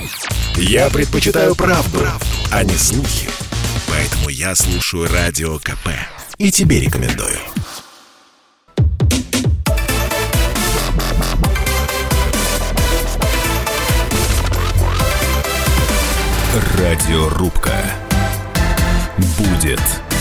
Я предпочитаю правду, а не слухи. Поэтому я слушаю Радио КП. И тебе рекомендую. Радиорубка. Будет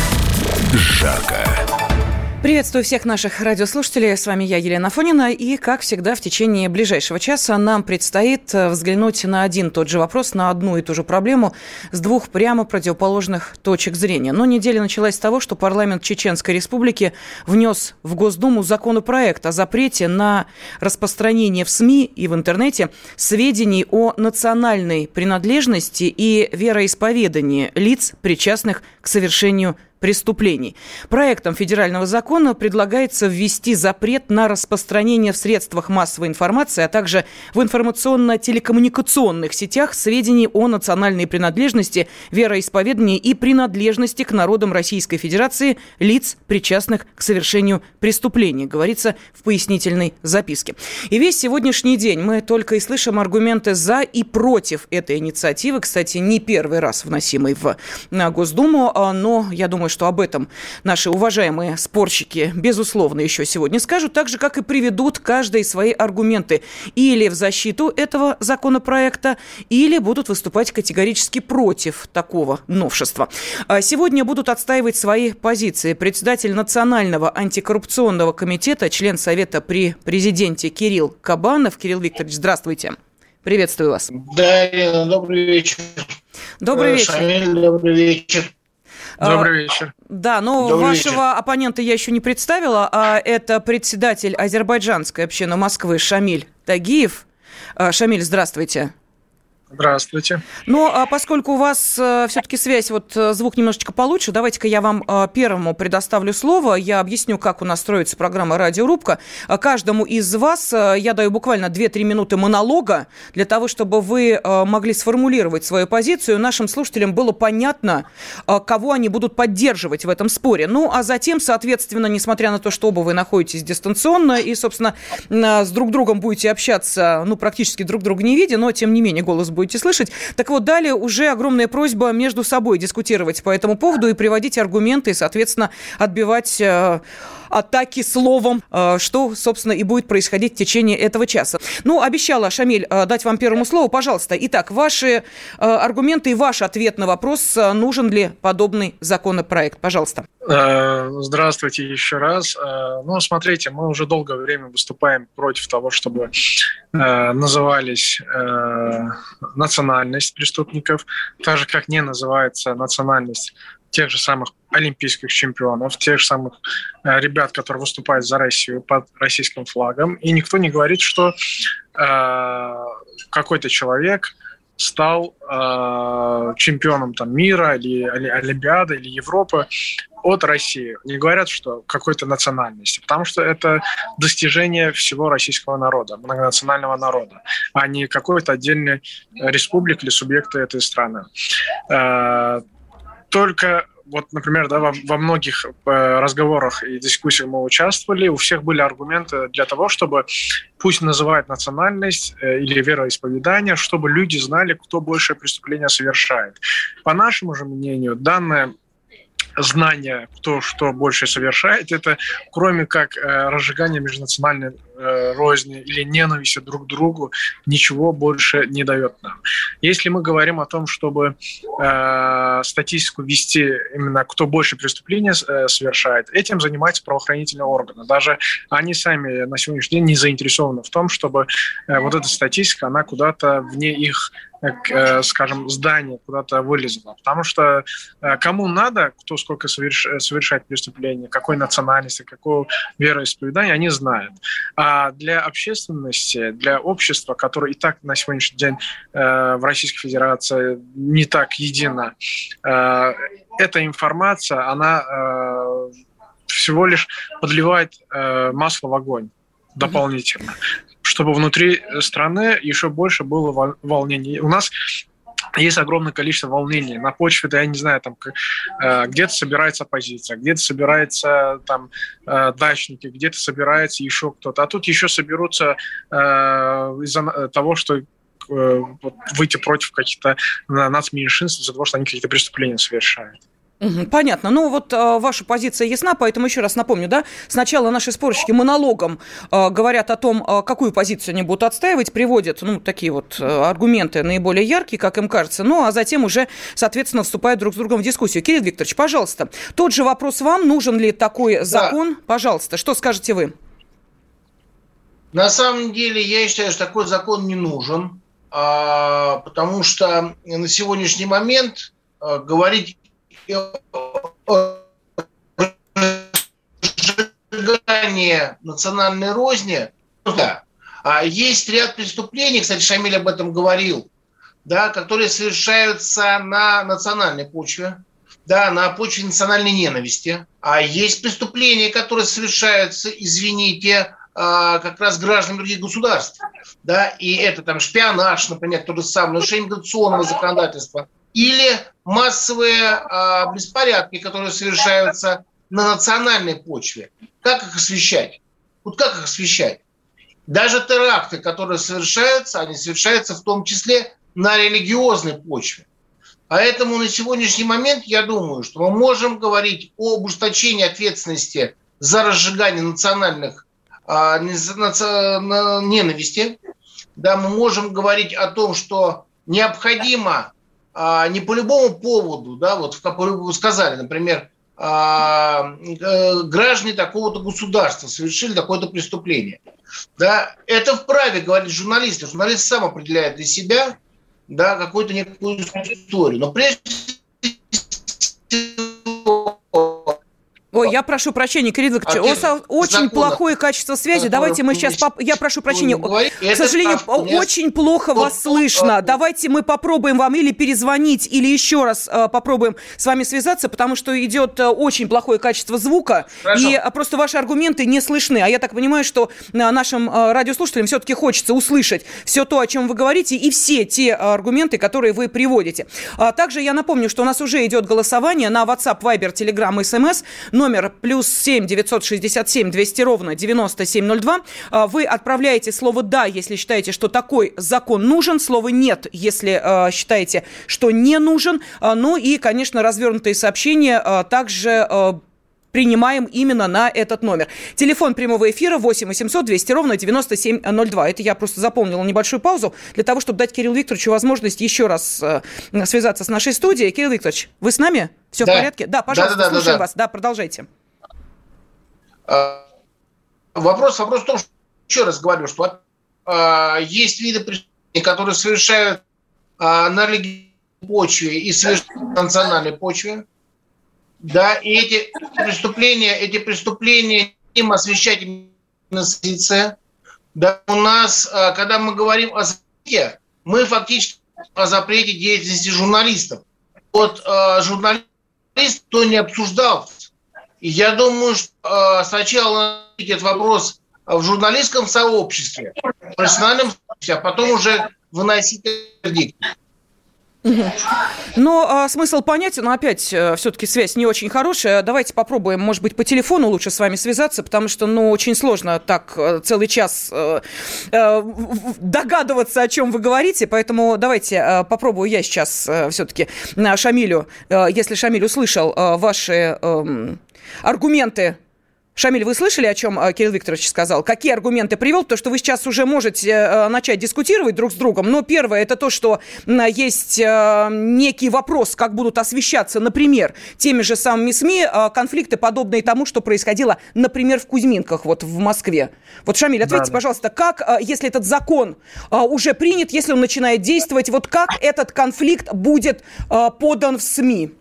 жарко. Приветствую всех наших радиослушателей. С вами я, Елена Афонина. И, как всегда, в течение ближайшего часа нам предстоит взглянуть на один и тот же вопрос, на одну и ту же проблему с двух прямо противоположных точек зрения. Но неделя началась с того, что парламент Чеченской Республики внес в Госдуму законопроект о запрете на распространение в СМИ и в интернете сведений о национальной принадлежности и вероисповедании лиц, причастных к совершению преступлений. Проектом федерального закона предлагается ввести запрет на распространение в средствах массовой информации, а также в информационно-телекоммуникационных сетях сведений о национальной принадлежности, вероисповедании и принадлежности к народам Российской Федерации лиц, причастных к совершению преступлений, говорится в пояснительной записке. И весь сегодняшний день мы только и слышим аргументы за и против этой инициативы. Кстати, не первый раз вносимой в Госдуму, но я думаю, что об этом наши уважаемые спорщики, безусловно, еще сегодня скажут, так же, как и приведут каждый свои аргументы или в защиту этого законопроекта, или будут выступать категорически против такого новшества. Сегодня будут отстаивать свои позиции председатель Национального антикоррупционного комитета, член Совета при президенте Кирилл Кабанов. Кирилл Викторович, здравствуйте. Приветствую вас. Да, Елена, добрый вечер. Добрый вечер. Шамиль, добрый вечер. Добрый вечер. Да, но Добрый вашего вечер. оппонента я еще не представила, а это председатель азербайджанской общины Москвы Шамиль Тагиев. Шамиль, здравствуйте. Здравствуйте. Ну, а поскольку у вас все-таки связь, звук немножечко получше, давайте-ка я вам первому предоставлю слово. Я объясню, как у нас строится программа «Радиорубка». Каждому из вас я даю буквально 2-3 минуты монолога для того, чтобы вы могли сформулировать свою позицию. Нашим слушателям было понятно, кого они будут поддерживать в этом споре. Ну, а затем, соответственно, несмотря на то, что оба вы находитесь дистанционно и, собственно, с друг другом будете общаться, практически друг друга не видя, но, тем не менее, голос будете слышать. Так вот, далее уже огромная просьба между собой дискутировать по этому поводу и приводить аргументы, и, соответственно, отбивать атаки словом, что, собственно, и будет происходить в течение этого часа. Обещала, Шамиль, дать вам первому слово. Пожалуйста. Итак, ваши аргументы и ваш ответ на вопрос, нужен ли подобный законопроект. Пожалуйста. Здравствуйте еще раз. Смотрите, мы уже долгое время выступаем против того, чтобы назывались национальность преступников, так же, как не называется национальность тех же самых олимпийских чемпионов, тех же самых ребят, которые выступают за Россию под российским флагом. И никто не говорит, что какой-то человек стал чемпионом мира или Олимпиады, или Европы от России. Не говорят, что какой-то национальности, потому что это достижение всего российского народа, многонационального народа, а не какой-то отдельной республики или субъекта этой страны. Только например, во многих разговорах и дискуссиях мы участвовали, у всех были аргументы для того, чтобы пусть называют национальность или вероисповедание, чтобы люди знали, кто большее преступление совершает. По нашему же мнению, данное знание, кто что больше совершает, это кроме как разжигания межнациональной розни или ненависти друг к другу, ничего больше не дает нам. Если мы говорим о том, чтобы статистику вести именно кто больше преступлений совершает, этим занимаются правоохранительные органы. Даже они сами на сегодняшний день не заинтересованы в том, чтобы эта статистика, она куда-то вне их, скажем, здания куда-то вылезла. Потому что кому надо, кто сколько совершает преступления, какой национальности, какого вероисповедания, они знают. А для общественности, для общества, которое и так на сегодняшний день в Российской Федерации не так едино, эта информация, она всего лишь подливает масло в огонь дополнительно, чтобы внутри страны еще больше было волнений. У нас есть огромное количество волнений на почве, я не знаю, где-то собирается оппозиция, где-то собираются дачники, где-то собирается еще кто-то. А тут еще соберутся из-за того, что выйти против каких-то нацменьшинств из-за того, что они какие-то преступления совершают. Понятно. Ну, вот ваша позиция ясна, поэтому еще раз напомню, да, сначала наши спорщики монологом говорят о том, какую позицию они будут отстаивать, приводят, такие вот аргументы наиболее яркие, как им кажется, а затем уже, соответственно, вступают друг с другом в дискуссию. Кирилл Викторович, пожалуйста, тот же вопрос вам, нужен ли такой закон? Пожалуйста, что скажете вы? На самом деле, я считаю, что такой закон не нужен, потому что на сегодняшний момент говорить сжигание национальной розни. Да. Есть ряд преступлений, кстати, Шамиль об этом говорил, да, которые совершаются на национальной почве, да, на почве национальной ненависти. А есть преступления, которые совершаются, извините, как раз гражданами других государств. Да, и это там шпионаж, например, то же самое, нарушение миграционного законодательства. Или массовые беспорядки, которые совершаются на национальной почве. Как их освещать? Вот как их освещать? Даже теракты, которые совершаются, они совершаются в том числе на религиозной почве. Поэтому на сегодняшний момент я думаю, что мы можем говорить об ужесточении ответственности за разжигание национальных ненависти. Да, мы можем говорить о том, что необходимо не по любому поводу, да, вот как вы сказали, например, граждане такого-то государства совершили такое-то преступление. Да, это вправе говорить журналисты. Журналист сам определяет для себя, да, какую-то некую историю. Но прежде Ой, я прошу прощения, Кирилл Викторович, у вас очень плохое качество связи. Давайте мы сейчас... Я прошу прощения, к сожалению, очень плохо вас слышно. Давайте мы попробуем вам или перезвонить, или еще раз попробуем с вами связаться, потому что идет очень плохое качество звука, и просто ваши аргументы не слышны. А я так понимаю, что нашим радиослушателям все-таки хочется услышать все то, о чем вы говорите, и все те аргументы, которые вы приводите. Также я напомню, что у нас уже идет голосование на WhatsApp, Viber, Telegram, SMS, номер +7 967 200 ровно 9702. Вы отправляете слово «да», если считаете, что такой закон нужен, слово «нет», если считаете, что не нужен. Ну и, конечно, развернутые сообщения также принимаем именно на этот номер. Телефон прямого эфира 8 800 200 ровно 9702. Это я просто заполнила небольшую паузу для того, чтобы дать Кириллу Викторовичу возможность еще раз связаться с нашей студией. Кирилл Викторович, вы с нами? Все в порядке? Да, пожалуйста, слушаем вас. Да, продолжайте. Вопрос в том, что, еще раз говорю, что есть виды преступлений, которые совершают на религиозной почве и совершают на национальной почве. Да, и эти преступления им освещать именно оппозиция. Да, у нас, когда мы говорим о запрете, мы фактически о запрете деятельности журналистов. Вот журналист то не обсуждал. И я думаю, что сначала этот вопрос в журналистском сообществе, в профессиональном сообществе, а потом уже выносить вердикт. Но смысл понятен, но опять все-таки связь не очень хорошая. Давайте попробуем, может быть, по телефону лучше с вами связаться, потому что, очень сложно так целый час догадываться, о чем вы говорите. Поэтому давайте попробую я сейчас все-таки Шамилю, если Шамиль услышал ваши аргументы. Шамиль, вы слышали, о чем Кирилл Викторович сказал? Какие аргументы привел? То, что вы сейчас уже можете начать дискутировать друг с другом. Но первое, это то, что есть некий вопрос, как будут освещаться, например, теми же самыми СМИ конфликты, подобные тому, что происходило, например, в Кузьминках, вот в Москве. Вот, Шамиль, ответьте, пожалуйста, как, если этот закон уже принят, если он начинает действовать, вот как этот конфликт будет подан в СМИ?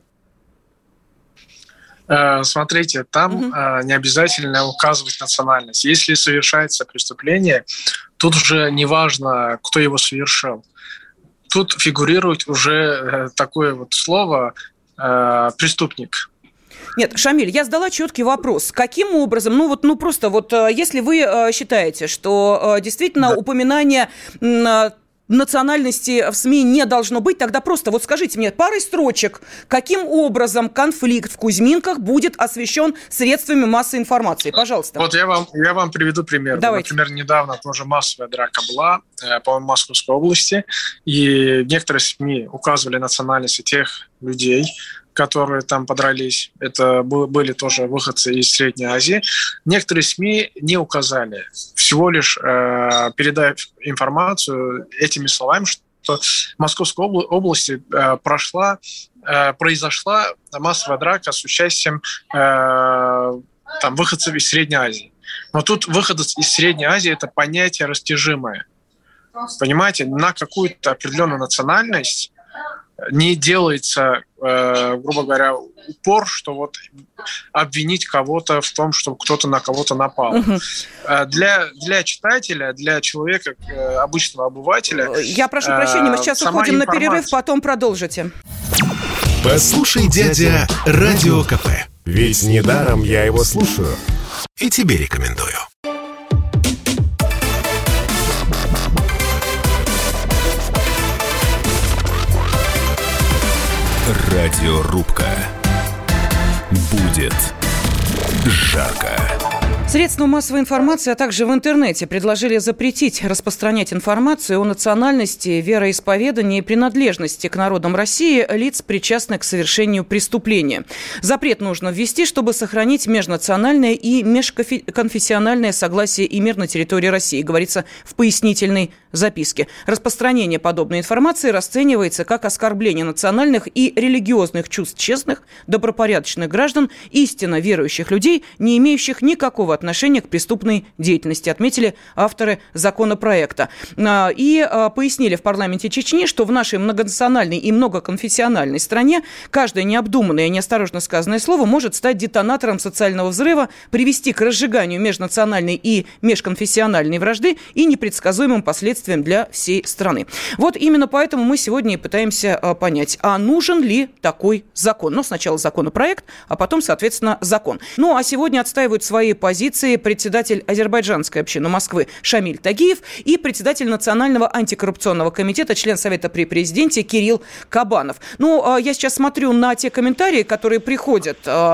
Смотрите, там не обязательно указывать национальность. Если совершается преступление, тут уже не важно, кто его совершил. Тут фигурирует уже такое вот слово «преступник». Нет, Шамиль, я задала четкий вопрос. Каким образом, если вы считаете, что действительно упоминание национальности в СМИ не должно быть, тогда просто вот скажите мне парой строчек, каким образом конфликт в Кузьминках будет освещен средствами массовой информации. Пожалуйста. Вот я вам приведу пример. Давайте. Например, недавно тоже массовая драка была, по-моему, в Московской области, и некоторые СМИ указывали национальности тех людей, которые там подрались. Это были тоже выходцы из Средней Азии. Некоторые СМИ не указали, всего лишь передав информацию этими словами, что в Московской области произошла массовая драка с участием выходцев из Средней Азии. Но тут выходец из Средней Азии – это понятие растяжимое. Понимаете, на какую-то определенную национальность не делается, грубо говоря, упор, что вот обвинить кого-то в том, что кто-то на кого-то напал. Для читателя, для человека, обычного обывателя... Я прошу прощения, мы сейчас уходим на перерыв, потом продолжите. Послушай, дядя, Радио КП. Ведь недаром я его слушаю. И тебе рекомендую. Радиорубка. Будет жарко. Средства массовой информации, а также в интернете предложили запретить распространять информацию о национальности, вероисповедании и принадлежности к народам России лиц, причастных к совершению преступления. Запрет нужно ввести, чтобы сохранить межнациональное и межконфессиональное согласие и мир на территории России, говорится в пояснительной записке. Распространение подобной информации расценивается как оскорбление национальных и религиозных чувств честных, добропорядочных граждан, истинно верующих людей, не имеющих никакого отношения к преступной деятельности, отметили авторы законопроекта. И пояснили в парламенте Чечни, что в нашей многонациональной и многоконфессиональной стране каждое необдуманное и неосторожно сказанное слово может стать детонатором социального взрыва, привести к разжиганию межнациональной и межконфессиональной вражды и непредсказуемым последствиям для всей страны. Вот именно поэтому мы сегодня и пытаемся понять, а нужен ли такой закон. Ну, сначала законопроект, а потом, соответственно, закон. Ну, а сегодня отстаивают свои позиции председатель азербайджанской общины Москвы Шамиль Тагиев и председатель Национального антикоррупционного комитета, член Совета при президенте Кирилл Кабанов. Ну, я сейчас смотрю на те комментарии, которые приходят,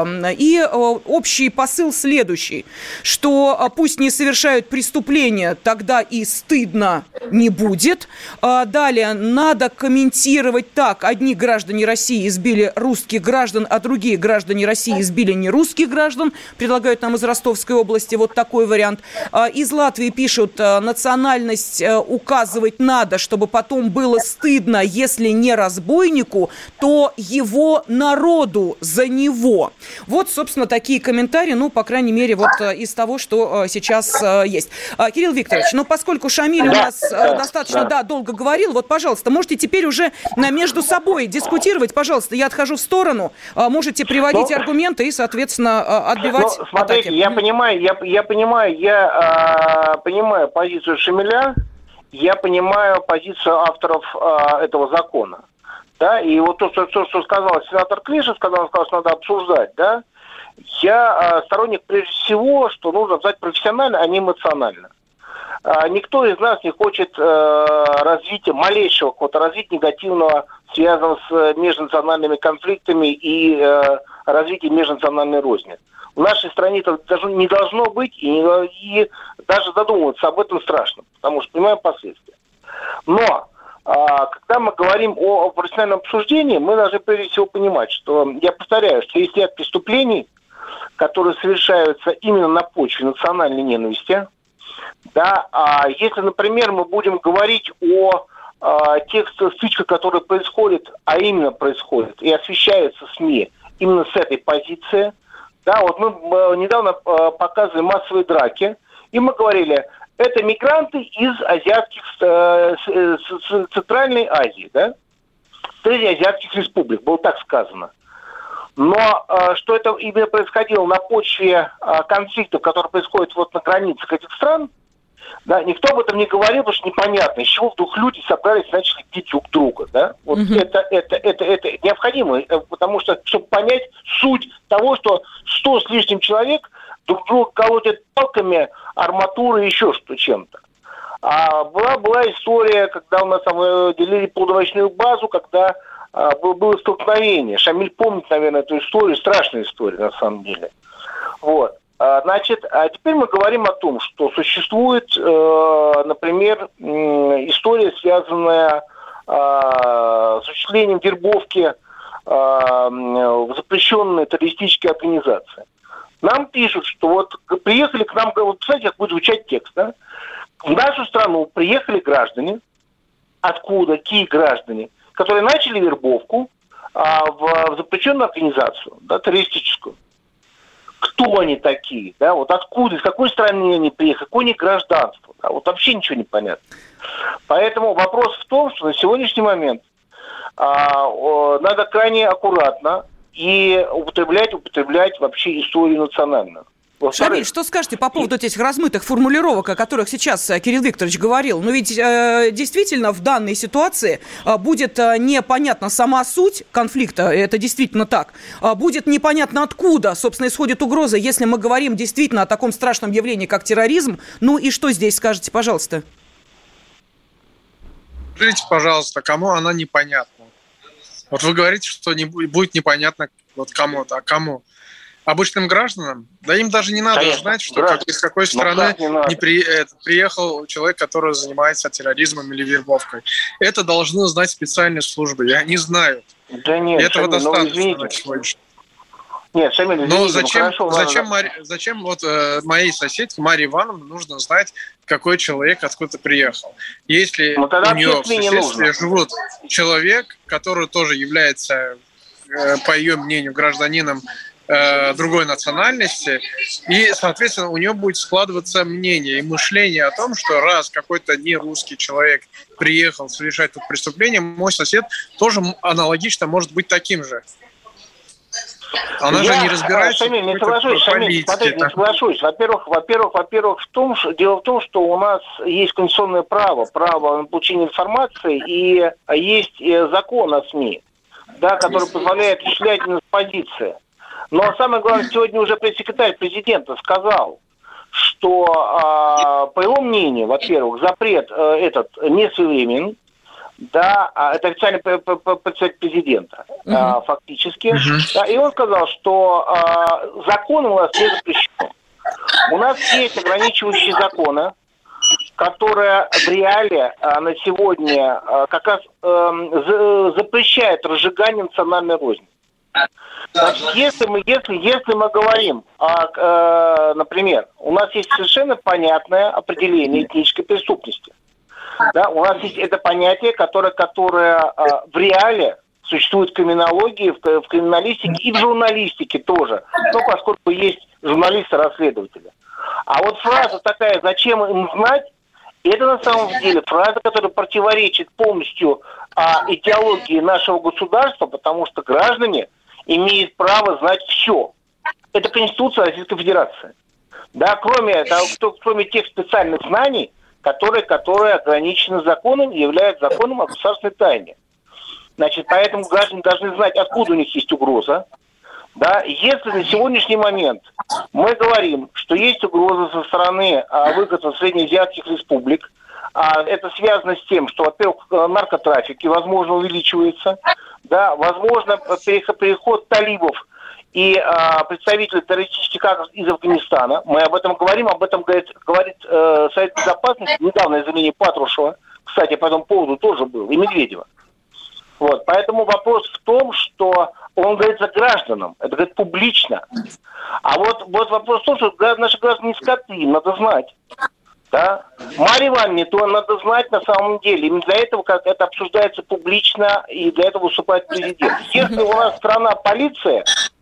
и общий посыл следующий, что пусть не совершают преступления, тогда и стыдно не будет. Далее, надо комментировать так: одни граждане России избили русских граждан, а другие граждане России избили нерусских граждан, предлагают нам из Ростовской области вот такой вариант. Из Латвии пишут: национальность указывать надо, чтобы потом было стыдно, если не разбойнику, то его народу за него. Вот, собственно, такие комментарии, ну, по крайней мере, вот из того, что сейчас есть. Кирилл Викторович, ну, поскольку Шамиль у нас достаточно, долго говорил, вот, пожалуйста, можете теперь уже между собой дискутировать, пожалуйста, я отхожу в сторону, можете приводить аргументы и, соответственно, отбивать смотрите, атаки. Я понимаю позицию Шамиля, я понимаю позицию авторов этого закона. Да, и вот то, что сказал сенатор Клишев, когда он сказал, что надо обсуждать, да, я сторонник прежде всего, что нужно взять профессионально, а не эмоционально. Никто из нас не хочет развития, малейшего какого-то развития негативного, связанного с межнациональными конфликтами и развитием межнациональной розни. В нашей стране это даже не должно быть, и даже задумываться об этом страшно, потому что понимаем последствия. Но когда мы говорим о профессиональном обсуждении, мы должны прежде всего понимать, что, я повторяю, что есть ряд преступлений, которые совершаются именно на почве национальной ненависти. Да, если, например, мы будем говорить о тех стычках, которые происходят, а именно происходят и освещаются СМИ именно с этой позиции. Да, вот мы недавно показывали массовые драки, и мы говорили, это мигранты из азиатских, Центральной Азии, да, азиатских республик, было так сказано. Но что это именно происходило на почве конфликтов, которые происходят вот на границах этих стран, да, никто об этом не говорил, потому что непонятно, из чего вдруг люди собрались и начали бить друг друга. Да? Вот это необходимо, потому что, чтобы понять суть того, что 100 с лишним человек друг друга колотят палками, арматурой, еще что чем-то. Была история, когда у нас там делили плодовочную базу, когда было столкновение. Шамиль помнит, наверное, эту историю, страшная история на самом деле. Вот. Значит, а теперь мы говорим о том, что существует, например, история, связанная с осуществлением вербовки в запрещенные террористические организации. Нам пишут, что вот приехали к нам, вот представляете, как будет звучать текст, да? В нашу страну приехали граждане. Откуда? Какие граждане? Которые начали вербовку в запрещенную организацию, да, террористическую. Кто они такие? Да? Вот откуда, из какой страны они приехали, какое у них гражданство? Да? Вот вообще ничего не понятно. Поэтому вопрос в том, что на сегодняшний момент надо крайне аккуратно и употреблять вообще историю национальную. Шамиль, что скажете по поводу этих размытых формулировок, о которых сейчас Кирилл Викторович говорил? Ну ведь действительно в данной ситуации будет непонятна сама суть конфликта, это действительно так. Будет непонятно, откуда, собственно, исходит угроза, если мы говорим действительно о таком страшном явлении, как терроризм. Ну и что здесь скажете, пожалуйста? Скажите, пожалуйста, кому она непонятна? Вот вы говорите, что не будет непонятно вот кому-то, а кому? Обычным гражданам? Да им даже не надо знать, что из какой страны приехал человек, который занимается терроризмом или вербовкой. Это должны знать специальные службы, и они знают. Да нет, этого достаточно на сегодняшний. Нет, Шамиль, но зачем вот моей соседке Марии Ивановне нужно знать, какой человек откуда приехал? Если у нее в соседстве живет человек, который тоже является, по ее мнению, гражданином другой национальности, и, соответственно, у нее будет складываться мнение и мышление о том, что раз какой-то не русский человек приехал совершать это преступление, мой сосед тоже аналогично может быть таким же. Она же не разбирается в политике. Не соглашусь. Во-первых, дело в том, что у нас есть конституционное право на получение информации, и есть закон о СМИ, да, который позволяет осуществлять позиции. Но самое главное, сегодня уже пресс-секретарь президента сказал, что, по его мнению, во-первых, запрет этот несвоевременен, да, это официальный представитель президента, фактически. Да, и он сказал, что законом у нас не запрещено. У нас есть ограничивающие законы, которые в реале на сегодня как раз запрещают разжигание национальной розни. Значит, если мы говорим, например, у нас есть совершенно понятное определение этнической преступности. Да, у нас есть это понятие, которое в реале существует в криминологии, в криминалистике и в журналистике тоже, но поскольку есть журналисты-расследователи. А вот фраза такая «зачем им знать?» это на самом деле фраза, которая противоречит полностью идеологии нашего государства, потому что граждане имеют право знать все. Это Конституция Российской Федерации. Да, кроме тех специальных знаний, которые ограничены законом и являются законом о государственной тайне. Значит, поэтому граждане должны знать, откуда у них есть угроза. Да, если на сегодняшний момент мы говорим, что есть угроза со стороны выходцев среднеазиатских республик, это связано с тем, что, во-первых, наркотрафик, возможно, увеличивается, да, возможно, переход талибов и представителей террористических актов из Афганистана. Мы об этом говорим, об этом говорит Совет Безопасности, недавнее заявление Патрушева, кстати, по этому поводу тоже был, и Медведева. Вот, поэтому вопрос в том, что он говорит за гражданам, это говорит публично. А вот вопрос в том, что наши граждане не скоты, им надо знать. Да? Марье Ивановне, то надо знать на самом деле. Именно для этого как это обсуждается публично, и для этого выступает президент. Если у нас страна полиция,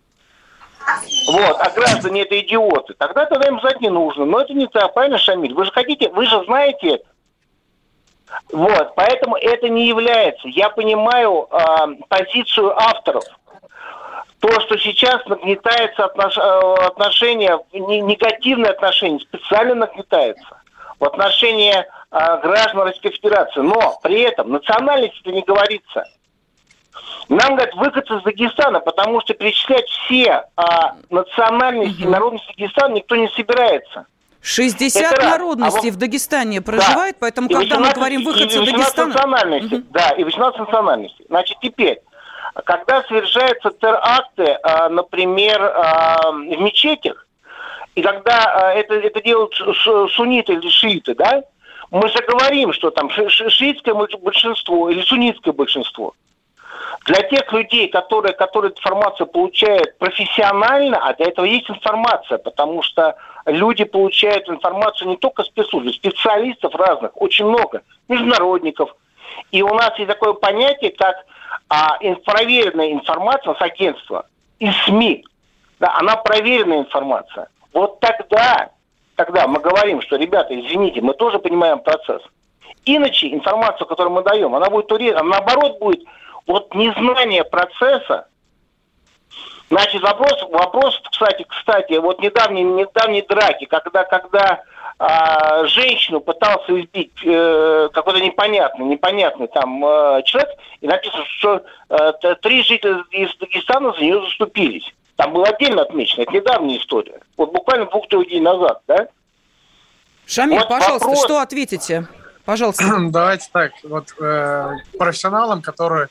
а граждане это идиоты, тогда им знать не нужно. Но это не так, правильно, Шамиль? Вы же знаете это. Вот, поэтому это не является. Я понимаю позицию авторов. То, что сейчас нагнетается отношение, негативное отношение, специально нагнетается в отношении граждан Российской Федерации. Но при этом национальности-то не говорится. Нам говорят выходцы из Дагестана, потому что перечислять все национальности и народности Дагестана никто не собирается. 60 народностей в Дагестане проживает, поэтому когда мы говорим выходцы Дагестана... Да, и 18 национальностей. Значит, теперь, когда совершаются теракты, например, в мечетях, и когда это делают сунниты или шииты, да, мы же говорим, что там шиитское большинство или суннитское большинство. Для тех людей, которые информацию получают профессионально, а для этого есть информация, потому что люди получают информацию не только спецслужб, специалистов разных, очень много, международников. И у нас есть такое понятие, как проверенная информация с агентства из СМИ. Да, она проверенная информация. Вот тогда мы говорим, что, ребята, извините, мы тоже понимаем процесс. Иначе информацию, которую мы даем, она будет наоборот будет вот незнание процесса. Значит, вопрос, кстати, вот недавней драки, когда женщину пытался избить какой-то непонятный там человек, и написано, что 3 жителя из Дагестана за нее заступились. Там было отдельно отмечено, это недавняя история. Вот буквально 2-3 дней назад, да? Шамиль, вот пожалуйста, что ответите? Пожалуйста. Давайте так, вот профессионалам, которые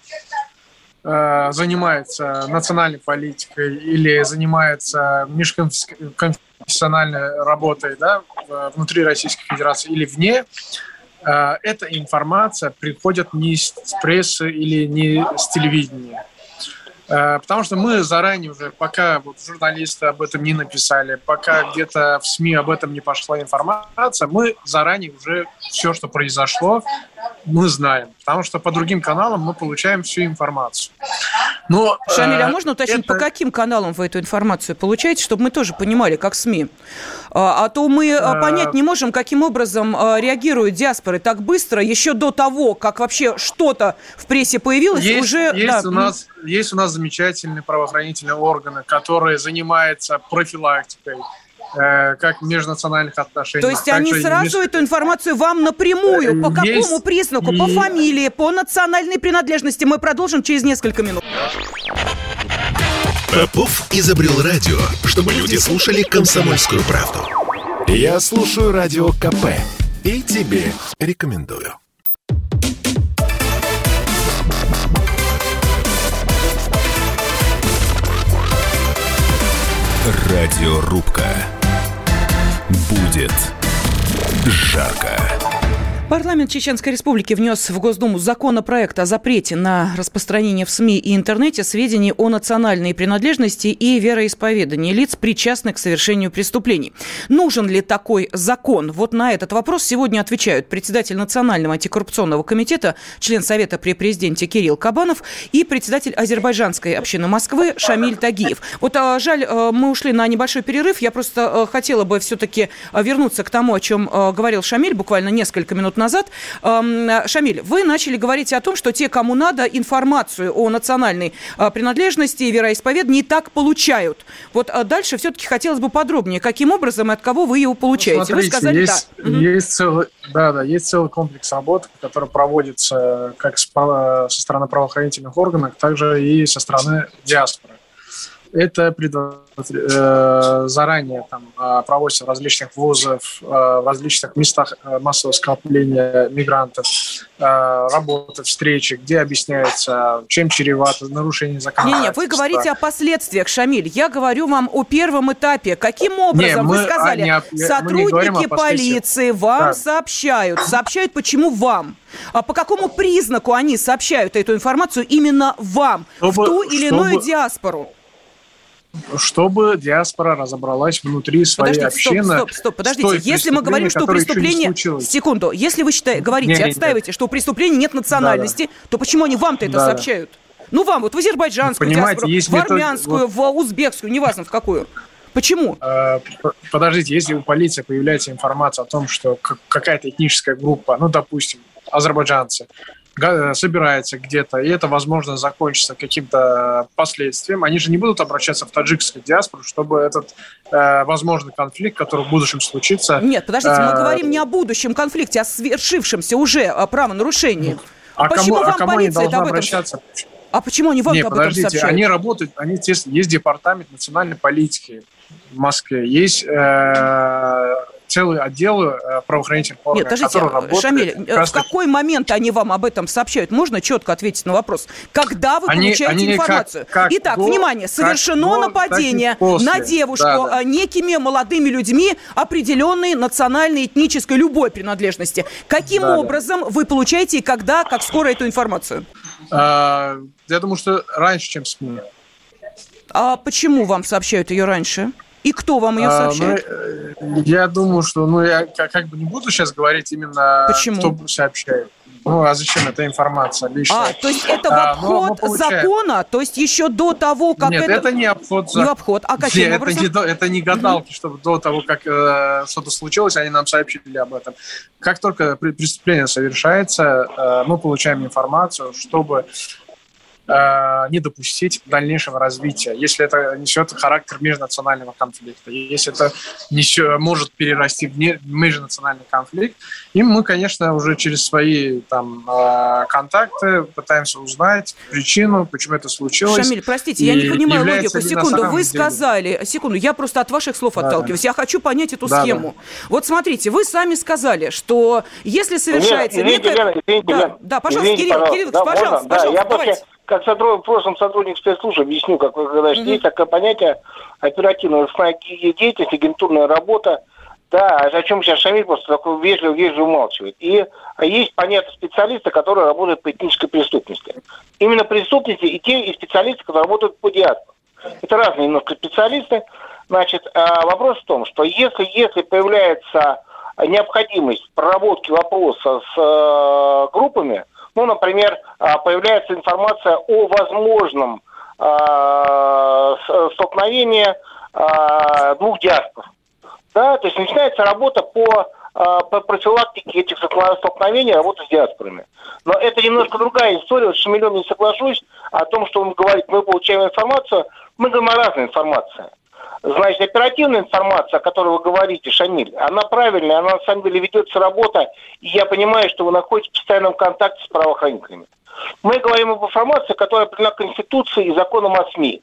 занимаются национальной политикой или занимаются межконфессиональной работой, да, внутри Российской Федерации или вне, эта информация приходит не с прессы или не с телевидения. Потому что мы заранее уже, пока вот журналисты об этом не написали, пока где-то в СМИ об этом не пошла информация, мы заранее уже все, что произошло, мы знаем. Потому что по другим каналам мы получаем всю информацию. Но, Шамиль, а можно уточнить, по каким каналам вы эту информацию получаете, чтобы мы тоже понимали, как СМИ? А то мы понять не можем, каким образом реагируют диаспоры так быстро, еще до того, как вообще что-то в прессе появилось. Есть у нас замечательные правоохранительные органы, которые занимаются профилактикой, как межнациональных отношений. То есть они сразу эту информацию вам напрямую, по какому признаку, по фамилии, по национальной принадлежности, мы продолжим через несколько минут. Попов изобрел радио, чтобы люди слушали «Комсомольскую правду». Я слушаю Радио КП и тебе рекомендую. Радиорубка. Будет жарко. Парламент Чеченской Республики внес в Госдуму законопроект о запрете на распространение в СМИ и интернете сведений о национальной принадлежности и вероисповедании лиц, причастных к совершению преступлений. Нужен ли такой закон? Вот на этот вопрос сегодня отвечают председатель Национального антикоррупционного комитета, член Совета при президенте Кирилл Кабанов и председатель азербайджанской общины Москвы Шамиль Тагиев. Вот жаль, мы ушли на небольшой перерыв. Я просто хотела бы все-таки вернуться к тому, о чем говорил Шамиль буквально несколько минут назад. Шамиль, вы начали говорить о том, что те, кому надо, информацию о национальной принадлежности и вероисповедании так получают. Вот дальше все-таки хотелось бы подробнее, каким образом и от кого вы его получаете. Смотрите, вы сказали, есть целый комплекс работ, который проводится как со стороны правоохранительных органов, также и со стороны диаспоры. Это заранее проводится в различных вузах, в различных местах массового скопления мигрантов, работы, встречи, где объясняется, чем чревато нарушение законодательства. Вы говорите о последствиях, Шамиль. Я говорю вам о первом этапе. Каким образом, вы сказали, сотрудники полиции вам сообщают, почему вам? А по какому признаку они сообщают эту информацию именно вам, в ту или иную диаспору? Чтобы диаспора разобралась внутри своей общины. Стоп, подождите. Если мы говорим, что у преступления... Секунду. Если вы отстаиваете, что у преступления нет национальности, то почему они вам-то это сообщают? Ну, вам, вот в азербайджанскую диаспору, в армянскую, в узбекскую, неважно в какую. Почему? Подождите, если у полиции появляется информация о том, что какая-то этническая группа, допустим, азербайджанцы, собирается где-то, и это, возможно, закончится каким-то последствием, они же не будут обращаться в таджикскую диаспору, чтобы этот возможный конфликт, который в будущем случится... Нет, подождите, мы говорим не о будущем конфликте, а о свершившемся уже правонарушении. Почему вам полиция об этом... А почему они вам об этом сообщают? Они работают, есть департамент национальной политики в Москве, есть целые отделы правоохранительных органов, которые работают... Шамиль, в какой момент они вам об этом сообщают? Можно четко ответить на вопрос? Когда вы получаете информацию? Итак, внимание, совершено нападение на девушку некими молодыми людьми определенной национальной, этнической, любой принадлежности. Каким образом вы получаете и когда, как скоро эту информацию? Я думаю, что раньше, чем СМИ. А почему вам сообщают ее раньше? И кто вам ее сообщает? Я думаю, что... я как бы не буду сейчас говорить именно, кто сообщает. А зачем эта информация лишняя? То есть это в обход закона? То есть еще до того, как Нет, это не обход закона. Не обход. А каким образом? Это не гадалки, чтобы до того, как что-то случилось, они нам сообщили об этом. Как только преступление совершается, мы получаем информацию, чтобы не допустить дальнейшего развития, если это несет характер межнационального конфликта, если это может перерасти в межнациональный конфликт. И мы, конечно, уже через свои контакты пытаемся узнать причину, почему это случилось. Шамиль, простите, я не понимаю логику. Секунду, вы сказали... Секунду, я просто от ваших слов отталкиваюсь. Я хочу понять эту схему. Вот смотрите, вы сами сказали, что если совершается... Извините, да, пожалуйста, Кирилл, пожалуйста, давайте. Как прошлый сотрудник спецслужб объясню, когда есть такое понятие оперативная деятельность, агентурная работа, о чем сейчас Шамиль просто такой вежливо умалчивает. И есть, понятно, специалисты, которые работают по этнической преступности. Именно преступности и специалисты, которые работают по диаспоре. Это разные немножко специалисты. Значит, вопрос в том, что если появляется необходимость проработки вопроса с группами, например, появляется информация о возможном столкновении двух диаспор. То есть начинается работа по профилактике этих столкновений, работа с диаспорами. Но это немножко другая история. Вот с Шамилем не соглашусь о том, что он говорит, мы получаем информацию, мы говорим о разной информации. Значит, оперативная информация, о которой вы говорите, Шамиль, она правильная, она на самом деле ведется работа, и я понимаю, что вы находитесь в постоянном контакте с правоохранителями. Мы говорим об информации, которая определена Конституцией и законом о СМИ.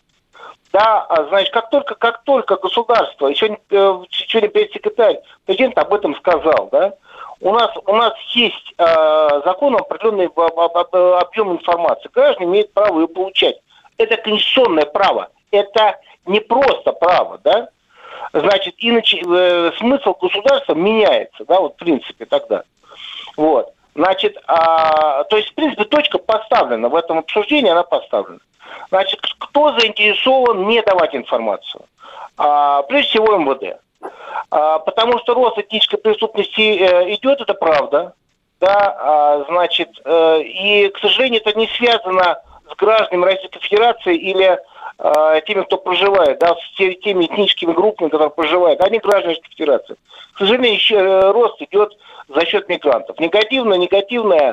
Значит, как только государство, и сегодня пресс-секретарь президента об этом сказал, у нас есть законом определенный объем информации. Граждане имеют право ее получать. Это конституционное право. Это не просто право, Значит, иначе смысл государства меняется, в принципе, тогда. Значит, то есть, в принципе, точка поставлена в этом обсуждении, она поставлена. Значит, кто заинтересован не давать информацию? Прежде всего МВД. Потому что рост этнической преступности идет, это правда. Значит, и, к сожалению, это не связано с гражданами Российской Федерации или теми, кто проживает, с теми этническими группами, которые проживают, они граждане Российской Федерации. К сожалению, рост идет за счет мигрантов. Негативное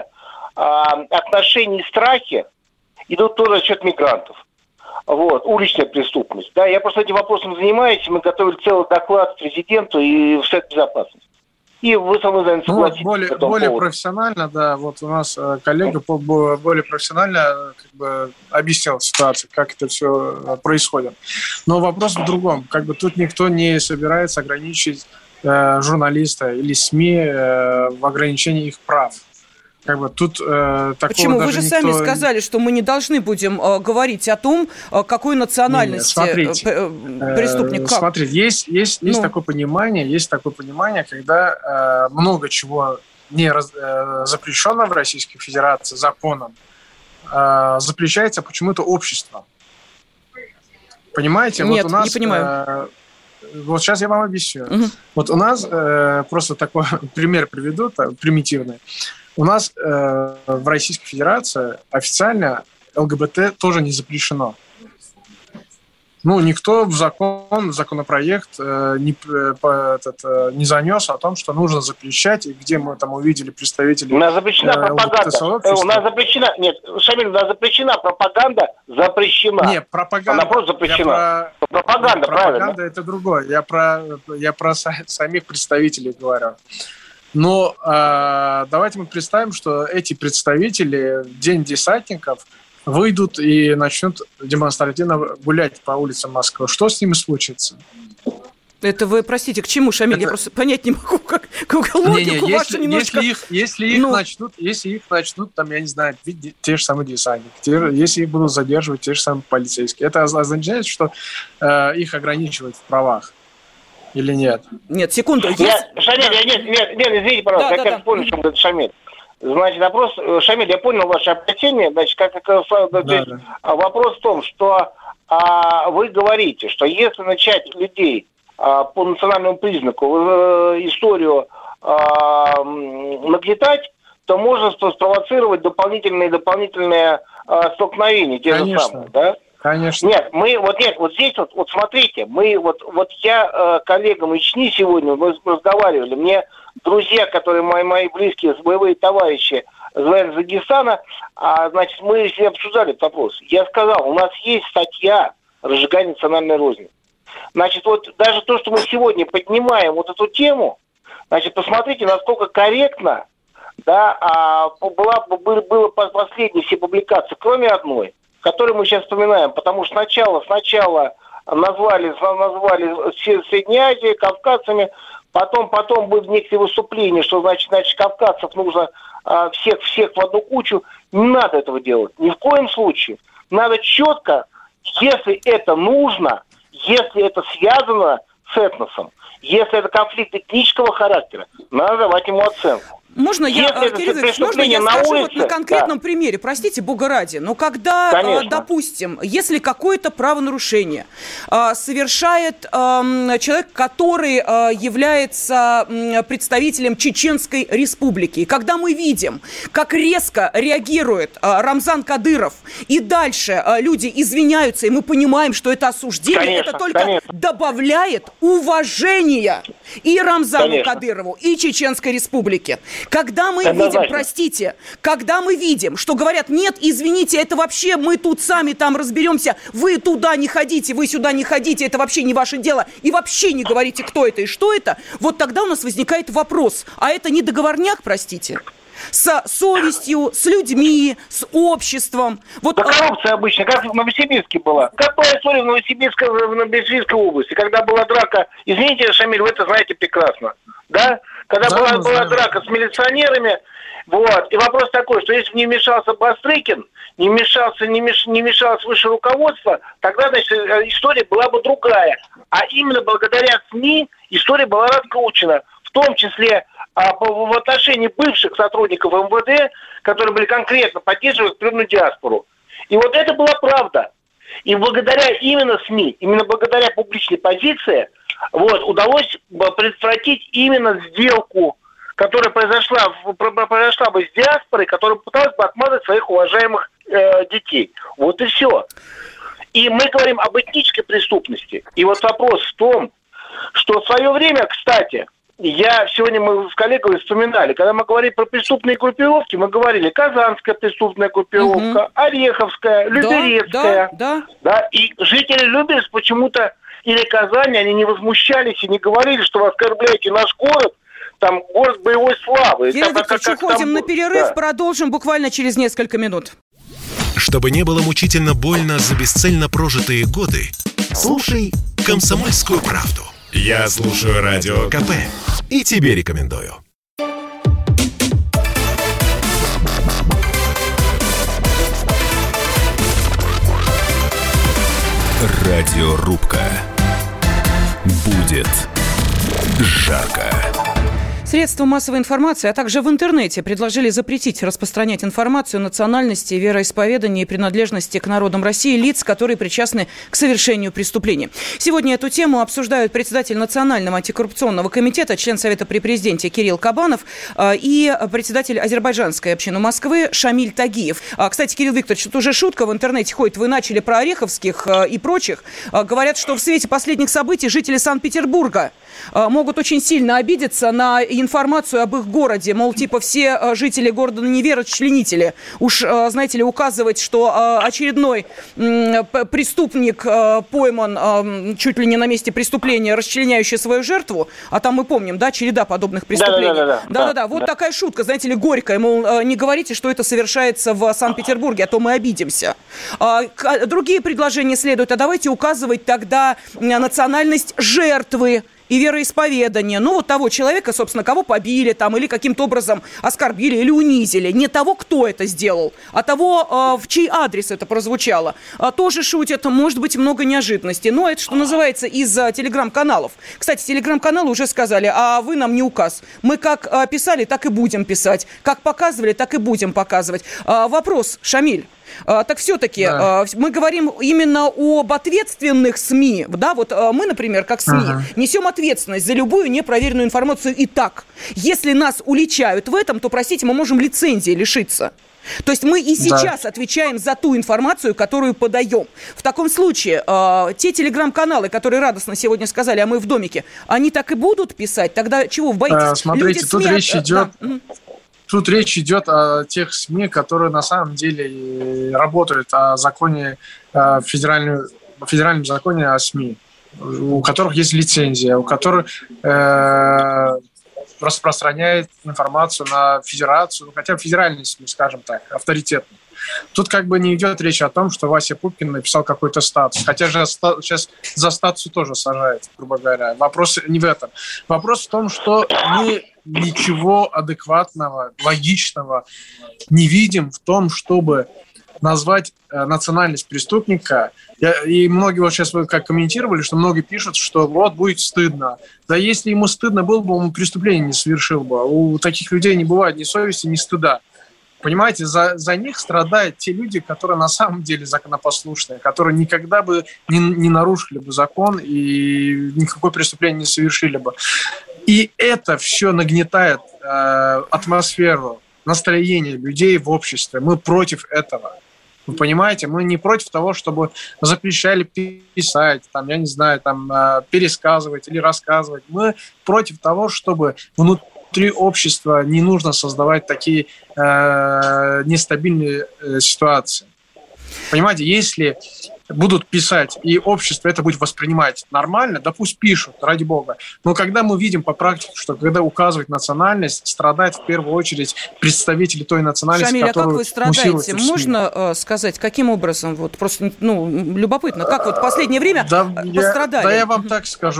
отношение и страхи идут тоже за счет мигрантов. Уличная преступность. Я просто этим вопросом занимаюсь, мы готовили целый доклад президенту и в Совет Безопасности. И вы со мной, наверное, согласитесь. Более профессионально, у нас коллега более профессионально объяснил ситуацию, как это все происходит. Но вопрос в другом. Тут никто не собирается ограничить журналиста или СМИ в ограничении их прав. Тут почему? Вы же сами сказали, что мы не должны будем говорить о том, какой национальности преступник. Как? Смотрите, есть такое понимание, когда много чего не запрещено в Российской Федерации законом, запрещается почему-то обществом. Понимаете? Нет, у нас, не понимаю. Сейчас я вам объясню. У нас, просто такой пример приведу, примитивный. У нас в Российской Федерации официально ЛГБТ тоже не запрещено. Никто в законопроект не занес о том, что нужно запрещать, и где мы там увидели представителей... У нас запрещена пропаганда. У нас запрещена... Нет, Шамиль, у нас запрещена пропаганда, запрещена. Нет, пропаганда... Она просто запрещена. Пропаганда, правильно. Пропаганда – это другое. Я про самих представителей говорю. Но давайте мы представим, что эти представители в День десантников выйдут и начнут демонстративно гулять по улицам Москвы. Что с ними случится? Это вы, простите, к чему, Шамиль? Я просто понять не могу, как логику вашу немножко... Если их начнут, там, я не знаю, видеть те же самые десантники, если их будут задерживать те же самые полицейские, это означает, что их ограничивают в правах или нет? Нет, секунду. Шамиль, извините, пожалуйста, я понял, что говорит Шамиль. Значит, вопрос, Шамиль, я понял ваше опасение. Значит, вопрос в том, что вы говорите, что если начать людей по национальному признаку историю нагнетать, то можно спровоцировать дополнительные столкновения, те же самые, да? Конечно. Нет, вот здесь смотрите, я коллегам из ЧНИ сегодня мы разговаривали, мне друзья, которые мои близкие, боевые товарищи из Дагестана, значит, мы все обсуждали этот вопрос. Я сказал, у нас есть статья разжигания национальной розни. Значит, вот даже то, что мы сегодня поднимаем вот эту тему, значит, посмотрите, насколько корректно, да, было последние все публикации, кроме одной, которую мы сейчас вспоминаем, потому что сначала назвали Средней Азией, кавказцами, потом были некие выступления, что значит кавказцев нужно всех в одну кучу. Не надо этого делать, ни в коем случае. Надо четко, если это нужно, если это связано с этносом, если это конфликт этнического характера, надо давать ему оценку. Можно я скажу вот на конкретном примере, простите, бога ради, но когда, допустим, если какое-то правонарушение совершает человек, который является представителем Чеченской Республики, и когда мы видим, как резко реагирует Рамзан Кадыров, и дальше люди извиняются, и мы понимаем, что это осуждение, это только добавляет уважения и Рамзану Кадырову, и Чеченской Республике. Когда мы видим, что говорят, нет, извините, это вообще мы тут сами там разберемся, вы туда не ходите, вы сюда не ходите, это вообще не ваше дело, и вообще не говорите, кто это и что это, вот тогда у нас возникает вопрос, а это не договорняк, простите? С совестью, с людьми, с обществом. Коррупция обычно, как в Новосибирске была. Как была история в Новосибирской области, когда была драка, извините, Шамиль, вы это знаете прекрасно, да? Когда была драка с милиционерами, вот, и вопрос такой, что если бы не вмешался Бастрыкин, не вмешалось высшее руководство, тогда, значит, история была бы другая. А именно благодаря СМИ история была раскручена, в том числе в отношении бывших сотрудников МВД, которые были конкретно поддерживать определенную диаспору. И вот это была правда. И благодаря именно СМИ, именно благодаря публичной позиции, удалось предотвратить именно сделку, которая произошла бы с диаспорой, которая пыталась бы отмазать своих уважаемых детей. Вот и все. И мы говорим об этнической преступности. И вот вопрос в том, что в свое время, кстати, сегодня мы с коллегами вспоминали, когда мы говорили про преступные группировки, мы говорили Казанская преступная группировка, Ореховская, Люберецкая. Да, и жители Люберец почему-то или Казани, они не возмущались и не говорили, что вы оскорбляете наш город, там город боевой славы. Юрий Викторович, уходим на перерыв, продолжим буквально через несколько минут. Чтобы не было мучительно больно за бесцельно прожитые годы, слушай «Комсомольскую правду». Я слушаю Радио КП и тебе рекомендую. Радиорубка. Будет жарко. Средства массовой информации, а также в интернете предложили запретить распространять информацию о национальности, вероисповедании и принадлежности к народам России лиц, которые причастны к совершению преступлений. Сегодня эту тему обсуждают председатель Национального антикоррупционного комитета, член Совета при президенте Кирилл Кабанов и председатель азербайджанской общины Москвы Шамиль Тагиев. Кстати, Кирилл Викторович, это уже шутка в интернете ходит. Вы начали про ореховских и прочих. Говорят, что в свете последних событий жители Санкт-Петербурга могут очень сильно обидеться на информацию об их городе, мол, типа все жители города Неве расчленители. Уж, знаете ли, указывать, что очередной преступник пойман чуть ли не на месте преступления, расчленяющий свою жертву, а там мы помним, да, череда подобных преступлений. Да. Вот такая шутка, знаете ли, горькая, мол, не говорите, что это совершается в Санкт-Петербурге, а то мы обидимся. Другие предложения следуют, а давайте указывать тогда национальность жертвы и вероисповедание. Ну, вот того человека, собственно, кого побили там или каким-то образом оскорбили или унизили. Не того, кто это сделал, а того, в чей адрес это прозвучало. Тоже шутят, может быть, много неожиданностей. Но это, что называется, из телеграм-каналов. Кстати, телеграм-каналы уже сказали, а вы нам не указ. Мы как писали, так и будем писать. Как показывали, так и будем показывать. Вопрос, Шамиль. Так все-таки мы говорим именно об ответственных СМИ. Да, вот мы, например, как СМИ, несем ответственность за любую непроверенную информацию и так. Если нас уличают в этом, то, простите, мы можем лицензии лишиться. То есть мы и сейчас отвечаем за ту информацию, которую подаем. В таком случае те телеграм-каналы, которые радостно сегодня сказали, а мы в домике, они так и будут писать? Тогда чего вы боитесь? Смотрите, тут речь идет... Тут речь идет о тех СМИ, которые на самом деле работают о законе, федеральном законе о СМИ, у которых есть лицензия, у которых распространяет информацию на федерацию, хотя федеральные СМИ, скажем так, авторитетные. Тут как бы не идет речь о том, что Вася Пупкин написал какой-то статус. Хотя же сейчас за статусу тоже сажают, грубо говоря. Вопрос не в этом. Вопрос в том, что мы ничего адекватного, логичного не видим в том, чтобы назвать национальность преступника. И многие вот сейчас как комментировали, что многие пишут, что вот будет стыдно. Да если ему стыдно было бы, он преступление не совершил бы. У таких людей не бывает ни совести, ни стыда. Понимаете, за них страдают те люди, которые на самом деле законопослушные, которые никогда бы не нарушили бы закон и никакое преступление не совершили бы. И это все нагнетает атмосферу, настроение людей в обществе. Мы против этого. Вы понимаете, мы не против того, чтобы запрещали писать, там, я не знаю, там, пересказывать или рассказывать. Мы против того, чтобы внутри общества не нужно создавать такие нестабильные ситуации. Понимаете, если будут писать, и общество это будет воспринимать нормально, да пусть пишут, ради бога. Но когда мы видим по практике, что когда указывать национальность, страдают в первую очеать представители той национальности, Шамиль, которую а как вы страдаете? Можно сказать, каким образом? Вот просто, любопытно, как вот в последнее время пострадали? Я вам так скажу.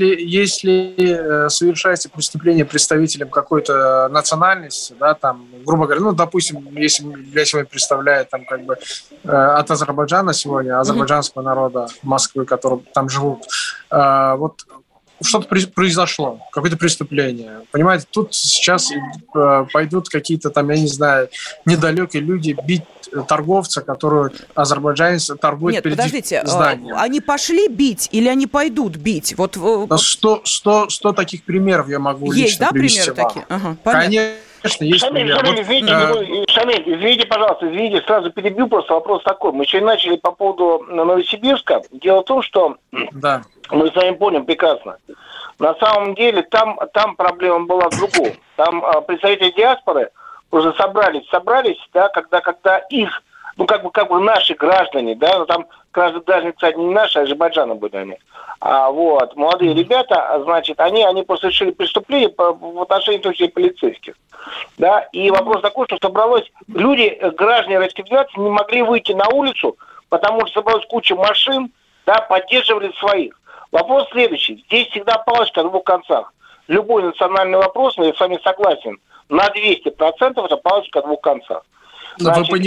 Если совершается преступление представителем какой-то национальности, да, там, грубо говоря, допустим, если я сегодня представляю там как бы от Азербайджана сегодня, азербайджанского народа Москвы, которые там живут, вот что-то произошло, какое-то преступление. Понимаете, тут сейчас пойдут какие-то там, я не знаю, недалекие люди бить торговца, который азербайджанец торгует перед зданием. Они пошли бить или они пойдут бить? Вот... 100 таких примеров я могу лично привести вам. Есть, да, примеры такие? Конечно, есть пример. Шамиль, извините, пожалуйста, сразу перебью, просто вопрос такой. Мы еще начали по поводу Новосибирска. Дело в том, что мы с вами поняли прекрасно. На самом деле там проблема была в другом. Там представители диаспоры уже собрались, да, когда их, как бы наши граждане, да, там граждане, кстати, не наши, а Азербайджана были они. Молодые ребята, значит, они просто совершили преступление в отношении тоже полицейских. Да, и вопрос такой, что собралось люди, граждане Российской Федерации, не могли выйти на улицу, потому что собралась куча машин, да, поддерживали своих. Вопрос следующий. Здесь всегда палочка на двух концах. Любой национальный вопрос, я с вами согласен, на 200% это палочка на двух концах. Значит, вы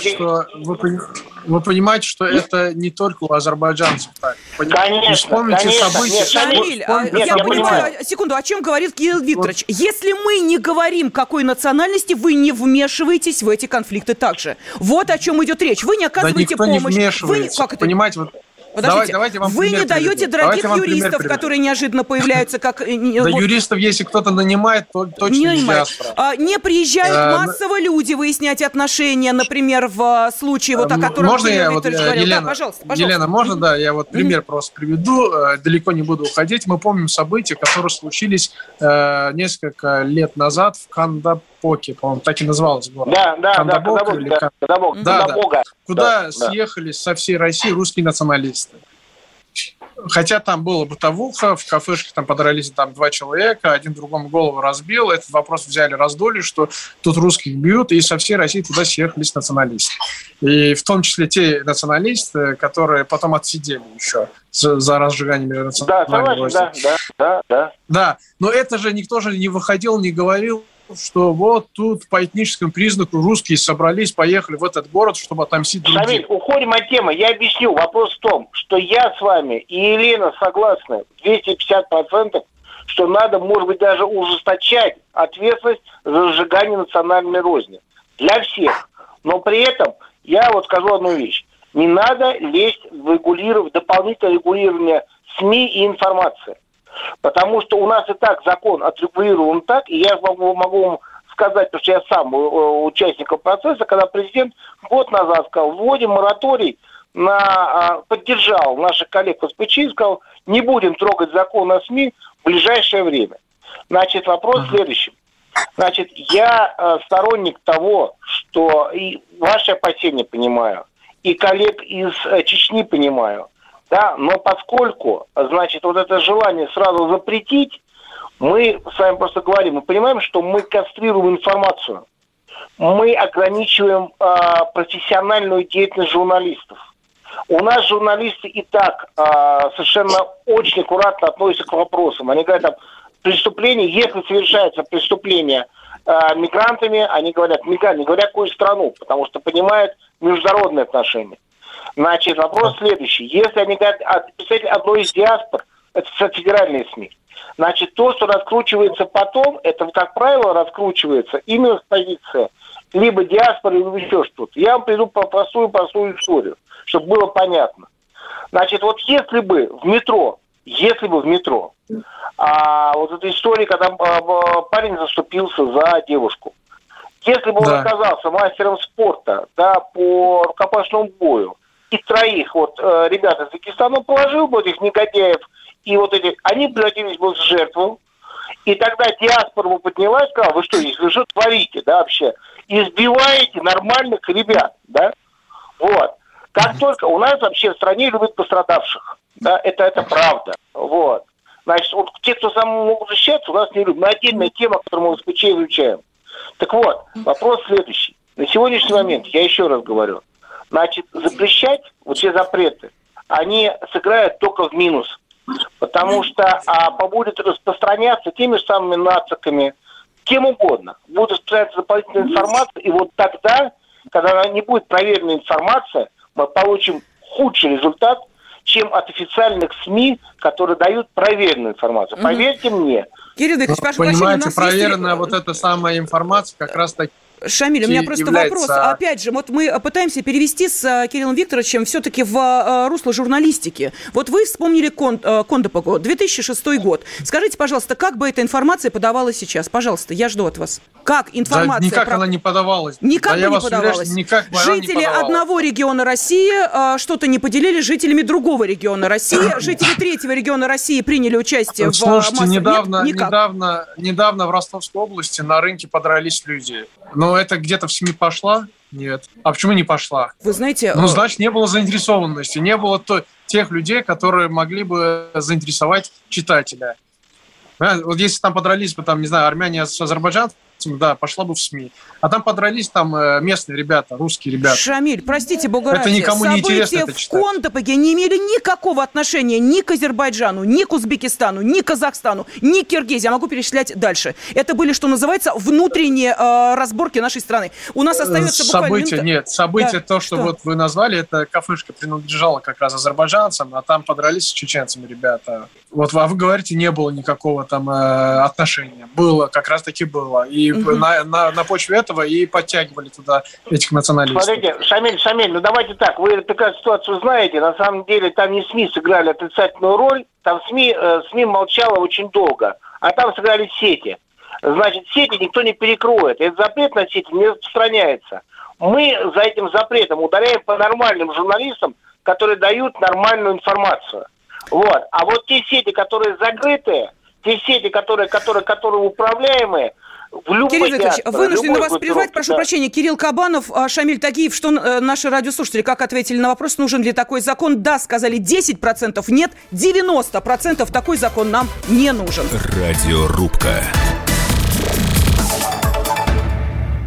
понимаете, что это не только у азербайджанцев так. Конечно. Вспомните события. Шамиль, я понимаю, секунду, о чем говорит Кирилл Викторович. Если мы не говорим, какой национальности, вы не вмешиваетесь в эти конфликты также. Вот о чем идет речь. Вы не оказываете помощь. Да никто не вмешивается. Как это? Понимаете, Подождите, давайте вам вы не даете дорогих юристов, которые неожиданно появляются, как... Да, юристов, если кто-то нанимает, то точно не диаспора. Не приезжают массово люди выяснять отношения, например, в случае, вот о котором можно Кирилл я Викторович вот, говорил. Елена, Да, пожалуйста. Елена, можно, да, я вот пример просто приведу, далеко не буду уходить. Мы помним события, которые случились несколько лет назад в Кандапоке, по-моему, так и называлось город. Кандабога. Куда съехались со всей России русские националисты. Хотя там была бытовуха, в кафешке там подрались там 2 человека, один другому голову разбил, этот вопрос взяли, раздули, что тут русских бьют, и со всей России туда съехались националисты. И в том числе те националисты, которые потом отсидели еще за разжигание национальной розни. Да, но это же никто же не выходил, не говорил, что вот тут по этническому признаку русские собрались, поехали в этот город, чтобы отомстить другим. Шамиль, уходим от темы. Я объясню. Вопрос в том, что я с вами и Елена согласны 250%, что надо, может быть, даже ужесточать ответственность за сжигание национальной розни. Для всех. Но при этом я вот скажу одну вещь. Не надо лезть в дополнительное регулирование СМИ и информации. Потому что у нас и так закон отрегулирован так, и я могу вам сказать, потому что я сам участник процесса, когда президент год назад сказал, вводим мораторий, поддержал наших коллег в СПЧ и сказал, не будем трогать закон о СМИ в ближайшее время. Значит, вопрос в следующем. Значит, я сторонник того, что и ваши опасения понимаю, и коллег из Чечни понимаю. Да, но поскольку, значит, вот это желание сразу запретить, мы с вами просто говорим, мы понимаем, что мы кастрируем информацию, мы ограничиваем профессиональную деятельность журналистов. У нас журналисты и так совершенно очень аккуратно относятся к вопросам. Они говорят, там, преступление, если совершается преступление мигрантами, они говорят, мигранты, не говорят какую страну, потому что понимают международные отношения. Значит, вопрос следующий. Если они говорят представитель одной из диаспор, это федеральные СМИ, значит, то, что раскручивается потом, это, как правило, раскручивается именно с позиции либо диаспоры, либо еще что-то. Я вам приведу простую историю, чтобы было понятно. Значит, вот если бы в метро, вот эта история, когда парень заступился за девушку, если бы он оказался мастером спорта, да, по рукопашному бою, и 3 ребят из Дагестана положил бы этих негодяев, и вот эти, они превратились бы в жертву, и тогда диаспора бы поднялась и сказала, вы что творите, да, вообще, избиваете нормальных ребят, да, вот. Как только у нас вообще в стране любят пострадавших, да, это правда, вот. Значит, вот те, кто сам могут защищаться, у нас не любят. Но отдельная тема, которую мы в СПЧ изучаем. Так вот, вопрос следующий. На сегодняшний момент, я еще раз говорю, значит, запрещать, вот все запреты, они сыграют только в минус. Потому что будет распространяться теми же самыми нациками, кем угодно. Будет распространяться дополнительная информация, и вот тогда, когда не будет проверенная информация, мы получим худший результат, чем от официальных СМИ, которые дают проверенную информацию. Поверьте мне. Кирилл Викторович, прошу прощения, понимаете, проверенная вот эта самая информация как раз таки Шамиль, у меня просто вопрос. Опять же, вот мы пытаемся перевести с Кириллом Викторовичем все-таки в русло журналистики. Вот вы вспомнили Кондопогу, 2006 год. Скажите, пожалуйста, как бы эта информация подавалась сейчас? Пожалуйста, я жду от вас. Как информация... Да никак она не подавалась. Никак не подавалась. Жители одного региона России что-то не поделили с жителями другого региона России. Жители третьего региона России приняли участие в массовом... Слушайте, недавно в Ростовской области на рынке подрались люди. Но это где-то в СМИ пошла? Нет. А почему не пошла? Вы знаете... Ну, значит, не было заинтересованности. Не было тех людей, которые могли бы заинтересовать читателя. Вот если там подрались бы, не знаю, армяне с азербайджанцами, да, пошла бы в СМИ. А там подрались местные ребята, русские ребята. Шамиль, простите, бога ради, это никому не интересно это читать. События в Кондопоге не имели никакого отношения ни к Азербайджану, ни к Узбекистану, ни к Казахстану, ни к Киргизии. Я могу перечислять дальше. Это были, что называется, внутренние разборки нашей страны. У нас остается буквально... События, то, что вот вы назвали, это кафешка принадлежала как раз азербайджанцам, а там подрались с чеченцами ребята. Вот, а вы говорите, не было никакого там отношения. Было, как раз таки было. И на почве этого и подтягивали туда этих националистов. Смотрите, Шамиль, ну давайте так, вы такую ситуацию знаете, на самом деле там не СМИ сыграли отрицательную роль, там СМИ молчало очень долго, а там сыграли сети. Значит, сети никто не перекроет, этот запрет на сети не распространяется. Мы за этим запретом ударяем по нормальным журналистам, которые дают нормальную информацию. Вот. А вот те сети, которые закрытые, те сети, которые управляемые, в любой Кирилл Викторович, вынуждены вас прервать, прошу прощения. Кирилл Кабанов, Шамиль Тагиев, что наши радиослушатели, как ответили на вопрос, нужен ли такой закон? Да, сказали 10%, нет, 90% такой закон нам не нужен. Радиорубка.